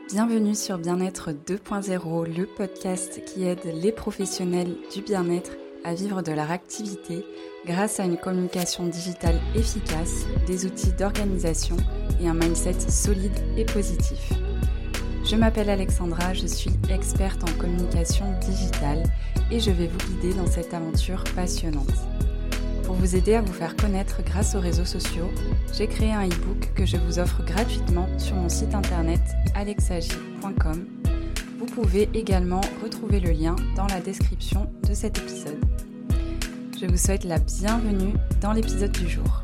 Bienvenue sur Bien-être 2.0, le podcast qui aide les professionnels du bien-être à vivre de leur activité grâce à une communication digitale efficace, des outils d'organisation et un mindset solide et positif. Je m'appelle Alexandra, je suis experte en communication digitale et je vais vous guider dans cette aventure passionnante. Pour vous aider à vous faire connaître grâce aux réseaux sociaux, j'ai créé un e-book que je vous offre gratuitement sur mon site internet alexagi.com. Vous pouvez également retrouver le lien dans la description de cet épisode. Je vous souhaite la bienvenue dans l'épisode du jour.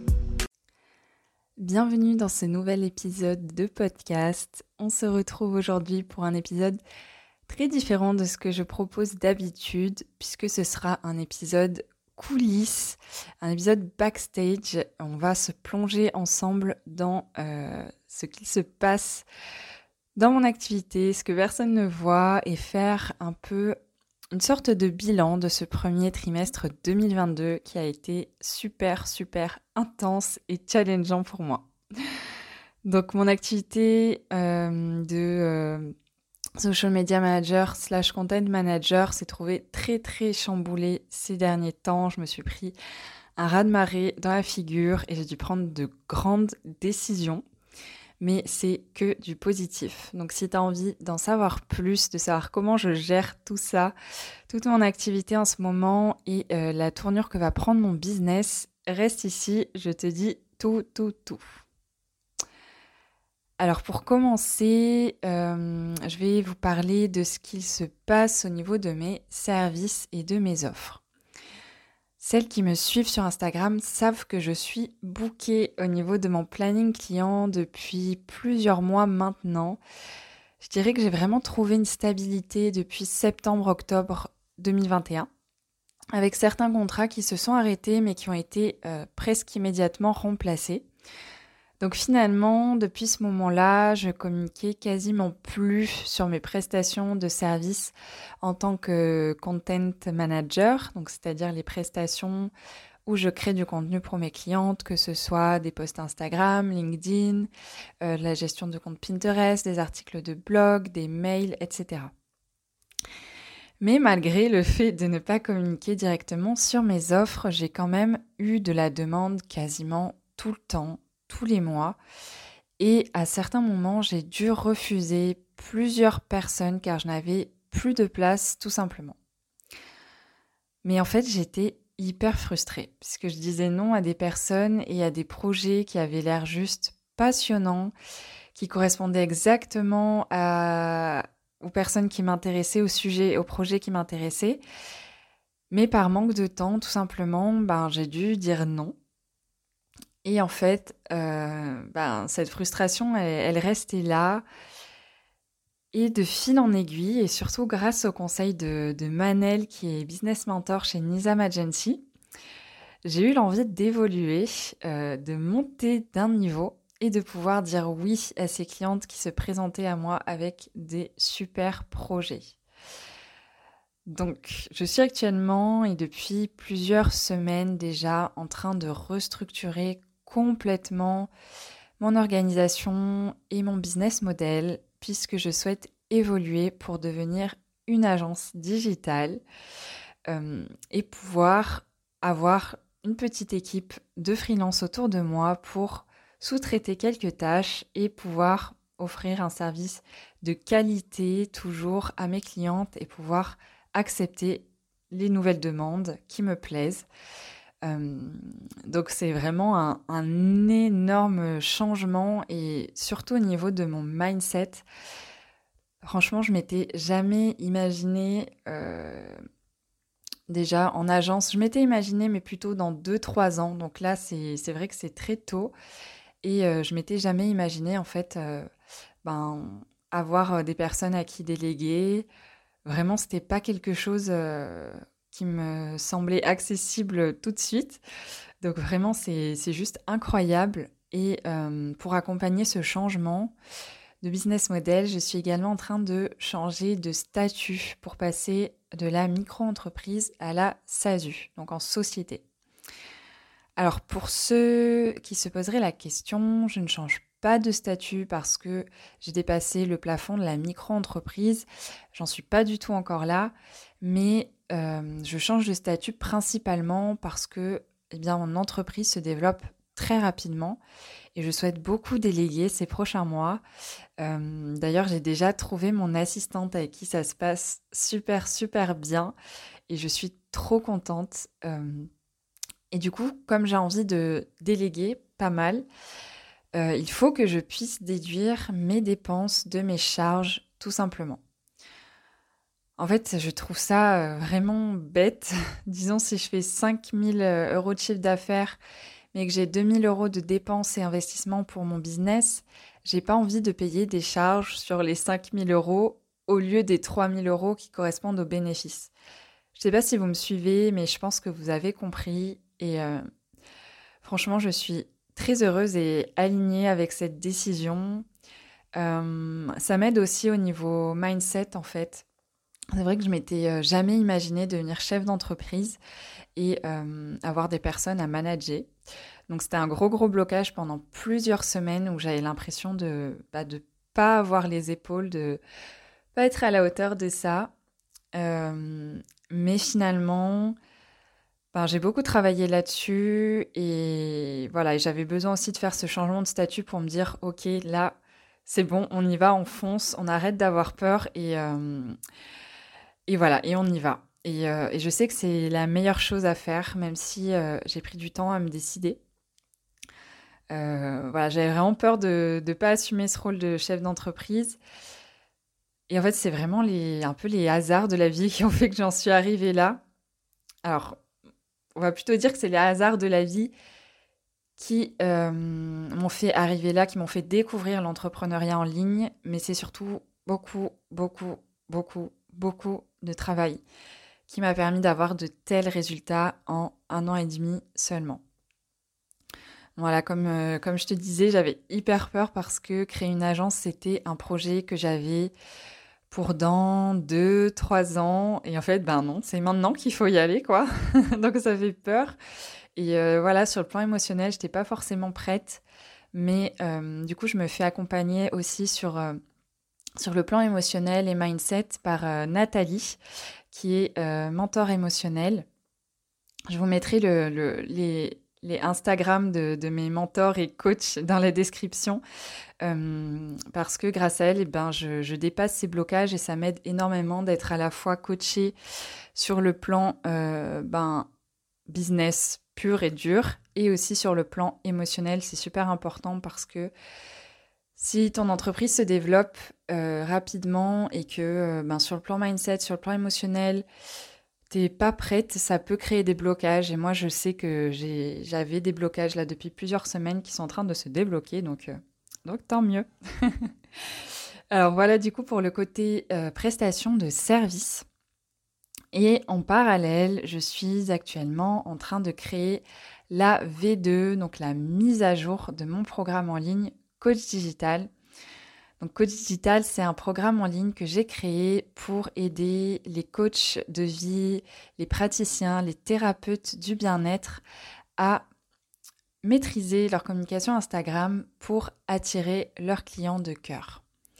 Bienvenue dans ce nouvel épisode de podcast. On se retrouve aujourd'hui pour un épisode très différent de ce que je propose d'habitude, puisque ce sera un épisode coulisses, un épisode backstage. On va se plonger ensemble dans ce qu'il se passe dans mon activité, ce que personne ne voit et faire un peu une sorte de bilan de ce premier trimestre 2022 qui a été super intense et challengeant pour moi. Donc mon activité de social media manager / content manager s'est trouvé très chamboulé ces derniers temps. Je me suis pris un raz-de-marée dans la figure et j'ai dû prendre de grandes décisions. Mais c'est que du positif. Donc si tu as envie d'en savoir plus, de savoir comment je gère tout ça, toute mon activité en ce moment et la tournure que va prendre mon business, reste ici, je te dis tout. Alors pour commencer, je vais vous parler de ce qu'il se passe au niveau de mes services et de mes offres. Celles qui me suivent sur Instagram savent que je suis bookée au niveau de mon planning client depuis plusieurs mois maintenant. Je dirais que j'ai vraiment trouvé une stabilité depuis septembre-octobre 2021, avec certains contrats qui se sont arrêtés mais qui ont été presque immédiatement remplacés. Donc finalement, depuis ce moment-là, je communiquais quasiment plus sur mes prestations de service en tant que content manager, donc c'est-à-dire les prestations où je crée du contenu pour mes clientes, que ce soit des posts Instagram, LinkedIn, la gestion de compte Pinterest, des articles de blog, des mails, etc. Mais malgré le fait de ne pas communiquer directement sur mes offres, j'ai quand même eu de la demande quasiment tout le temps, tous les mois, et à certains moments j'ai dû refuser plusieurs personnes car je n'avais plus de place tout simplement. Mais en fait j'étais hyper frustrée puisque je disais non à des personnes et à des projets qui avaient l'air juste passionnants, qui correspondaient exactement aux personnes qui m'intéressaient, au sujet, aux projets qui m'intéressaient, mais par manque de temps tout simplement, j'ai dû dire non. Et en fait, cette frustration, elle restait là. Et de fil en aiguille, et surtout grâce au conseil de Manel, qui est business mentor chez Nizam Agency, j'ai eu l'envie d'évoluer, de monter d'un niveau et de pouvoir dire oui à ces clientes qui se présentaient à moi avec des super projets. Donc, je suis actuellement et depuis plusieurs semaines déjà en train de restructurer complètement mon organisation et mon business model puisque je souhaite évoluer pour devenir une agence digitale et pouvoir avoir une petite équipe de freelance autour de moi pour sous-traiter quelques tâches et pouvoir offrir un service de qualité toujours à mes clientes et pouvoir accepter les nouvelles demandes qui me plaisent. Donc c'est vraiment un énorme changement et surtout au niveau de mon mindset. Franchement, je m'étais jamais imaginé déjà en agence. Je m'étais imaginé mais plutôt dans 2-3 ans. Donc là, c'est vrai que c'est très tôt. Et je m'étais jamais imaginé en fait avoir des personnes à qui déléguer. Vraiment, c'était pas quelque chose qui me semblait accessible tout de suite. Donc vraiment, c'est juste incroyable. Et pour accompagner ce changement de business model, je suis également en train de changer de statut pour passer de la micro-entreprise à la SASU, donc en société. Alors pour ceux qui se poseraient la question, je ne change pas de statut parce que j'ai dépassé le plafond de la micro-entreprise. J'en suis pas du tout encore là, mais je change de statut principalement parce que eh bien, mon entreprise se développe très rapidement et je souhaite beaucoup déléguer ces prochains mois. D'ailleurs, j'ai déjà trouvé mon assistante avec qui ça se passe super, super bien et je suis trop contente. Et du coup, comme j'ai envie de déléguer pas mal, il faut que je puisse déduire mes dépenses de mes charges, tout simplement. En fait, je trouve ça vraiment bête. Disons, si je fais 5 000 euros de chiffre d'affaires, mais que j'ai 2 000 euros de dépenses et investissements pour mon business, j'ai pas envie de payer des charges sur les 5 000 euros au lieu des 3 000 euros qui correspondent aux bénéfices. Je sais pas si vous me suivez, mais je pense que vous avez compris. Et franchement, je suis très heureuse et alignée avec cette décision. Ça m'aide aussi au niveau mindset, en fait. C'est vrai que je m'étais jamais imaginé devenir chef d'entreprise et avoir des personnes à manager. Donc c'était un gros gros blocage pendant plusieurs semaines où j'avais l'impression de pas avoir les épaules, de pas être à la hauteur de ça. Mais finalement, j'ai beaucoup travaillé là-dessus et voilà, et j'avais besoin aussi de faire ce changement de statut pour me dire, ok, là, c'est bon, on y va, on fonce, on arrête d'avoir peur et voilà, et on y va. Et je sais que c'est la meilleure chose à faire, même si j'ai pris du temps à me décider. Voilà, j'avais vraiment peur de ne pas assumer ce rôle de chef d'entreprise. Et en fait, c'est vraiment un peu les hasards de la vie qui ont fait que j'en suis arrivée là. Alors, on va plutôt dire que c'est les hasards de la vie qui m'ont fait arriver là, qui m'ont fait découvrir l'entrepreneuriat en ligne, mais c'est surtout beaucoup, beaucoup, beaucoup, beaucoup de travail qui m'a permis d'avoir de tels résultats en 1 an et demi seulement. Voilà, comme je te disais, j'avais hyper peur parce que créer une agence, c'était un projet que j'avais pour dans 2, 3 ans. Et en fait, ben non, c'est maintenant qu'il faut y aller, quoi. Donc ça fait peur. Et voilà, sur le plan émotionnel, j'étais pas forcément prête. Mais du coup, je me fais accompagner aussi sur le plan émotionnel et mindset par Nathalie, qui est mentor émotionnel. Je vous mettrai les Instagram de mes mentors et coachs dans la description parce que grâce à elle, eh ben, je dépasse ces blocages et ça m'aide énormément d'être à la fois coachée sur le plan business pur et dur et aussi sur le plan émotionnel. C'est super important parce que si ton entreprise se développe rapidement et que sur le plan mindset, sur le plan émotionnel, t'es pas prête, ça peut créer des blocages. Et moi, je sais que j'avais des blocages là depuis plusieurs semaines qui sont en train de se débloquer, donc tant mieux. Alors voilà, du coup, pour le côté prestation de service. Et en parallèle, je suis actuellement en train de créer la V2, donc la mise à jour de mon programme en ligne Coach Digital. Donc Coach Digital, c'est un programme en ligne que j'ai créé pour aider les coachs de vie, les praticiens, les thérapeutes du bien-être à maîtriser leur communication Instagram pour attirer leurs clients de cœur.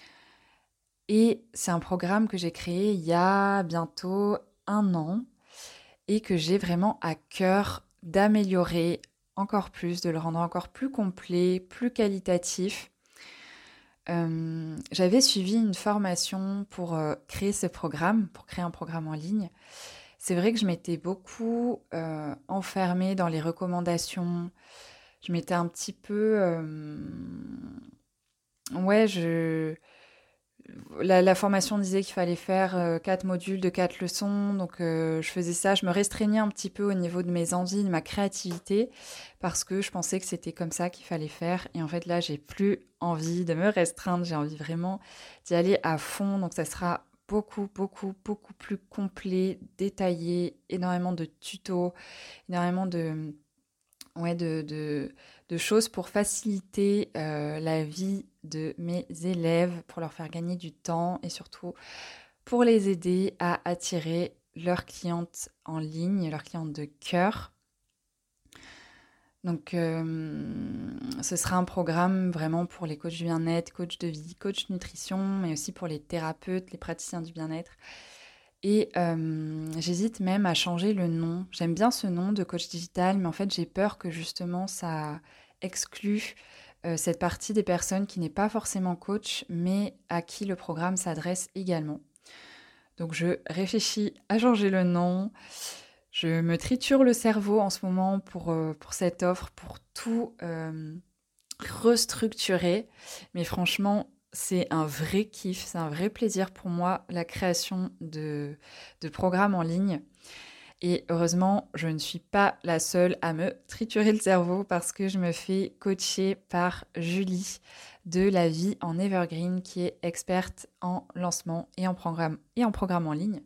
Et c'est un programme que j'ai créé il y a bientôt 1 an et que j'ai vraiment à cœur d'améliorer encore plus, de le rendre encore plus complet, plus qualitatif. J'avais suivi une formation pour créer ce programme, pour créer un programme en ligne. C'est vrai que je m'étais beaucoup enfermée dans les recommandations. Je m'étais un petit peu... La formation disait qu'il fallait faire 4 modules de 4 leçons, donc je faisais ça. Je me restreignais un petit peu au niveau de mes envies, de ma créativité, parce que je pensais que c'était comme ça qu'il fallait faire. Et en fait, là, j'ai plus envie de me restreindre, j'ai envie vraiment d'y aller à fond. Donc ça sera beaucoup, beaucoup, beaucoup plus complet, détaillé, énormément de tutos, énormément de choses pour faciliter la vie de mes élèves, pour leur faire gagner du temps et surtout pour les aider à attirer leurs clientes en ligne, leurs clientes de cœur. Donc, ce sera un programme vraiment pour les coachs du bien-être, coachs de vie, coachs nutrition, mais aussi pour les thérapeutes, les praticiens du bien-être. Et j'hésite même à changer le nom. J'aime bien ce nom de coach digital, mais en fait, j'ai peur que justement ça exclue cette partie des personnes qui n'est pas forcément coach, mais à qui le programme s'adresse également. Donc, je réfléchis à changer le nom. Je me triture le cerveau en ce moment pour cette offre, pour tout restructurer. Mais franchement, c'est un vrai kiff, c'est un vrai plaisir pour moi, la création de programmes en ligne. Et heureusement, je ne suis pas la seule à me triturer le cerveau parce que je me fais coacher par Julie de La Vie en Evergreen, qui est experte en lancement et en programme en ligne.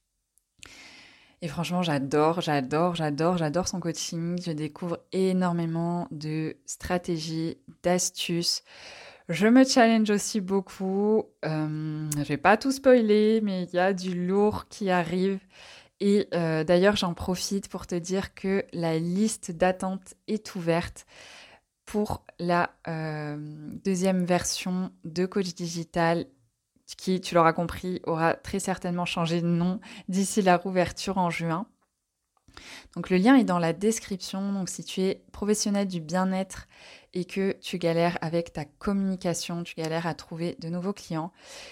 Et franchement, j'adore son coaching. Je découvre énormément de stratégies, d'astuces. Je me challenge aussi beaucoup. Je vais pas tout spoiler, mais il y a du lourd qui arrive. Et d'ailleurs, j'en profite pour te dire que la liste d'attente est ouverte pour la deuxième version de Coach Digital qui, tu l'auras compris, aura très certainement changé de nom d'ici la rouverture en juin. Donc le lien est dans la description. Donc si tu es professionnel du bien-être et que tu galères avec ta communication, tu galères à trouver de nouveaux clients,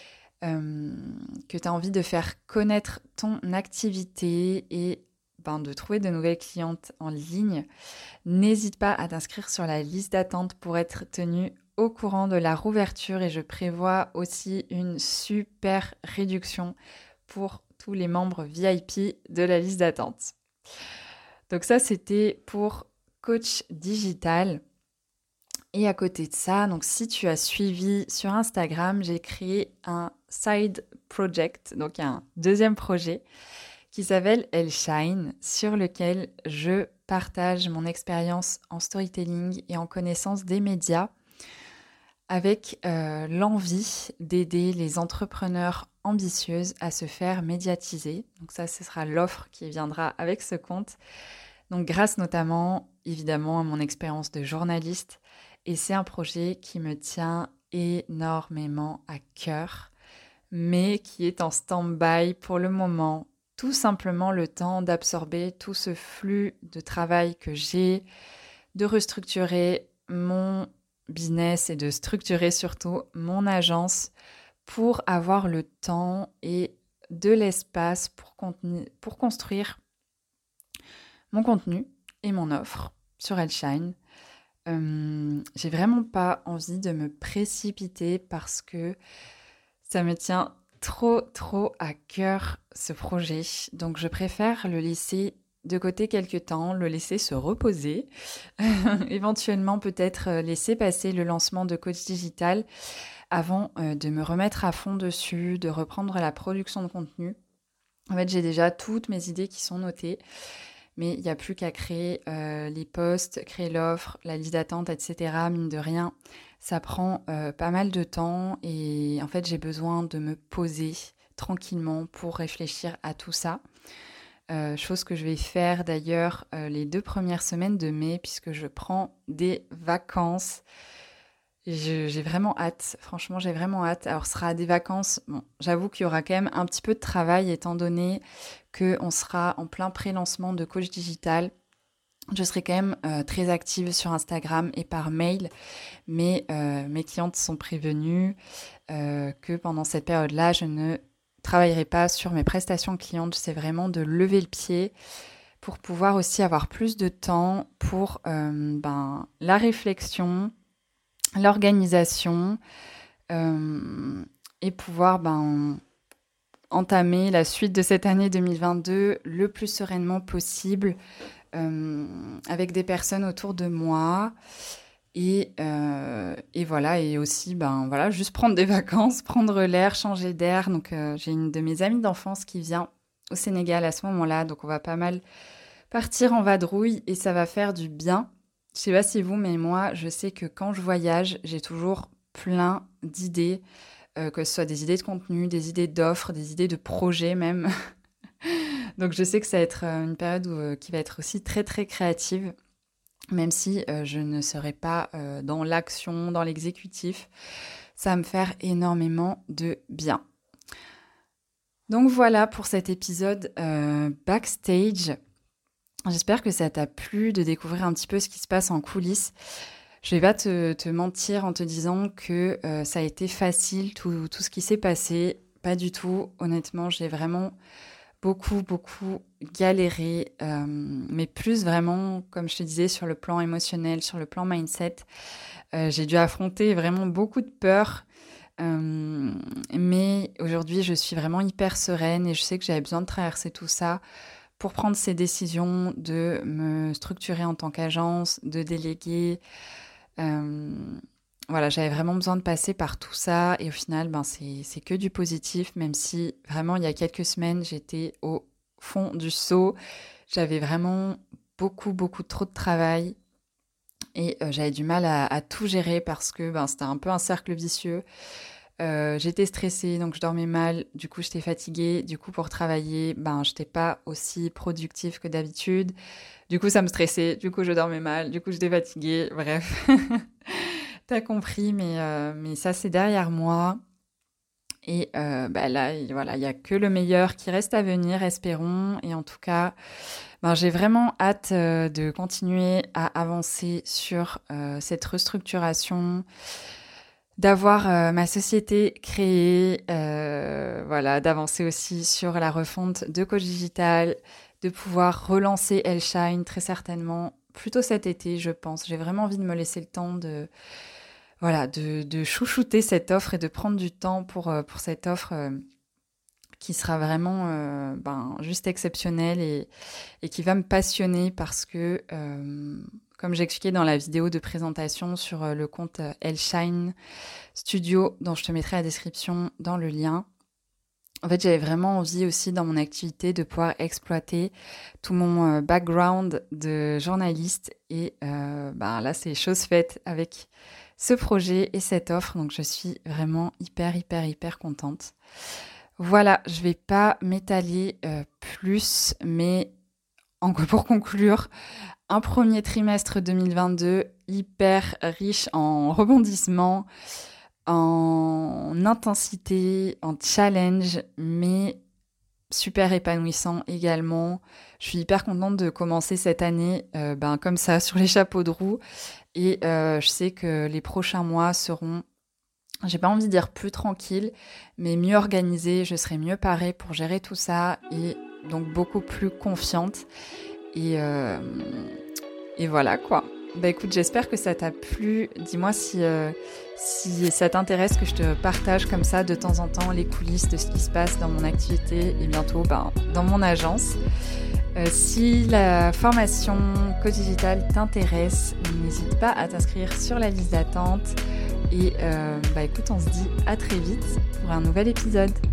que tu as envie de faire connaître ton activité et de trouver de nouvelles clientes en ligne, n'hésite pas à t'inscrire sur la liste d'attente pour être tenu au courant de la rouverture, et je prévois aussi une super réduction pour tous les membres VIP de la liste d'attente. Donc ça, c'était pour Coach Digital. Et à côté de ça, donc si tu as suivi sur Instagram, j'ai créé un side project, donc un deuxième projet qui s'appelle Elle Shine, sur lequel je partage mon expérience en storytelling et en connaissance des médias avec l'envie d'aider les entrepreneurs ambitieuses à se faire médiatiser. Donc ça, ce sera l'offre qui viendra avec ce compte. Donc grâce notamment, évidemment, à mon expérience de journaliste. Et c'est un projet qui me tient énormément à cœur, mais qui est en stand-by pour le moment. Tout simplement le temps d'absorber tout ce flux de travail que j'ai, de restructurer mon business et de structurer surtout mon agence pour avoir le temps et de l'espace pour construire mon contenu et mon offre sur Elle Shine. J'ai vraiment pas envie de me précipiter parce que ça me tient trop à cœur, ce projet. Donc je préfère le laisser de côté quelques temps, le laisser se reposer, éventuellement peut-être laisser passer le lancement de Coach Digital avant de me remettre à fond dessus, de reprendre la production de contenu. En fait, j'ai déjà toutes mes idées qui sont notées, mais il n'y a plus qu'à créer les posts, créer l'offre, la liste d'attente, etc. Mine de rien, ça prend pas mal de temps et en fait, j'ai besoin de me poser tranquillement pour réfléchir à tout ça. Chose que je vais faire d'ailleurs les 2 premières semaines de mai, puisque je prends des vacances. J'ai vraiment hâte, franchement j'ai vraiment hâte. Alors ce sera des vacances, bon, j'avoue qu'il y aura quand même un petit peu de travail étant donné qu'on sera en plein pré-lancement de Coach Digital. Je serai quand même très active sur Instagram et par mail, mais mes clientes sont prévenues que pendant cette période-là, je ne travaillerai pas sur mes prestations clientes. C'est vraiment de lever le pied pour pouvoir aussi avoir plus de temps pour la réflexion, l'organisation et pouvoir entamer la suite de cette année 2022 le plus sereinement possible avec des personnes autour de moi et voilà, et aussi juste prendre des vacances, prendre l'air, changer d'air. Donc j'ai une de mes amies d'enfance qui vient au Sénégal à ce moment-là, donc on va pas mal partir en vadrouille et ça va faire du bien. Je sais pas si vous, mais moi, je sais que quand je voyage, j'ai toujours plein d'idées, que ce soit des idées de contenu, des idées d'offres, des idées de projets même. Donc je sais que ça va être une période qui va être aussi très très créative. même si je ne serai pas dans l'action, dans l'exécutif. Ça va me faire énormément de bien. Donc voilà pour cet épisode backstage. J'espère que ça t'a plu de découvrir un petit peu ce qui se passe en coulisses. Je vais pas te mentir en te disant que ça a été facile, tout ce qui s'est passé. Pas du tout. Honnêtement, j'ai vraiment beaucoup galéré. Mais plus vraiment, comme je te disais, sur le plan émotionnel, sur le plan mindset. J'ai dû affronter vraiment beaucoup de peur. Mais aujourd'hui, je suis vraiment hyper sereine et je sais que j'avais besoin de traverser tout ça pour prendre ces décisions de me structurer en tant qu'agence, de déléguer. Voilà, j'avais vraiment besoin de passer par tout ça et au final, c'est que du positif, même si vraiment il y a quelques semaines, j'étais au fond du seau. J'avais vraiment beaucoup trop de travail et j'avais du mal à tout gérer parce que c'était un peu un cercle vicieux. J'étais stressée, donc je dormais mal, du coup j'étais fatiguée, du coup pour travailler, j'étais pas aussi productive que d'habitude, du coup ça me stressait, du coup je dormais mal, du coup j'étais fatiguée, bref, t'as compris, mais ça c'est derrière moi, et là, voilà, il y a que le meilleur qui reste à venir, espérons, et en tout cas, j'ai vraiment hâte de continuer à avancer sur cette restructuration, d'avoir ma société créée, voilà, d'avancer aussi sur la refonte de Coach Digital, de pouvoir relancer Elle Shine très certainement, plutôt cet été, je pense. J'ai vraiment envie de me laisser le temps de chouchouter cette offre et de prendre du temps pour cette offre qui sera vraiment juste exceptionnelle et qui va me passionner parce que comme j'expliquais dans la vidéo de présentation sur le compte Elle Shine Studio, dont je te mettrai la description dans le lien. En fait, j'avais vraiment envie aussi dans mon activité de pouvoir exploiter tout mon background de journaliste. Et là, c'est chose faite avec ce projet et cette offre. Donc, je suis vraiment hyper contente. Voilà, je vais pas m'étaler plus, mais pour conclure, un premier trimestre 2022 hyper riche en rebondissements, en intensité, en challenge, mais super épanouissant également. Je suis hyper contente de commencer cette année comme ça, sur les chapeaux de roue. Et je sais que les prochains mois seront, j'ai pas envie de dire plus tranquilles, mais mieux organisés. Je serai mieux parée pour gérer tout ça et donc beaucoup plus confiante. Et voilà quoi. Écoute, j'espère que ça t'a plu. Dis-moi si ça t'intéresse que je te partage comme ça de temps en temps les coulisses de ce qui se passe dans mon activité et bientôt dans mon agence. Si la formation Coach Digital t'intéresse, n'hésite pas à t'inscrire sur la liste d'attente. Et écoute, on se dit à très vite pour un nouvel épisode.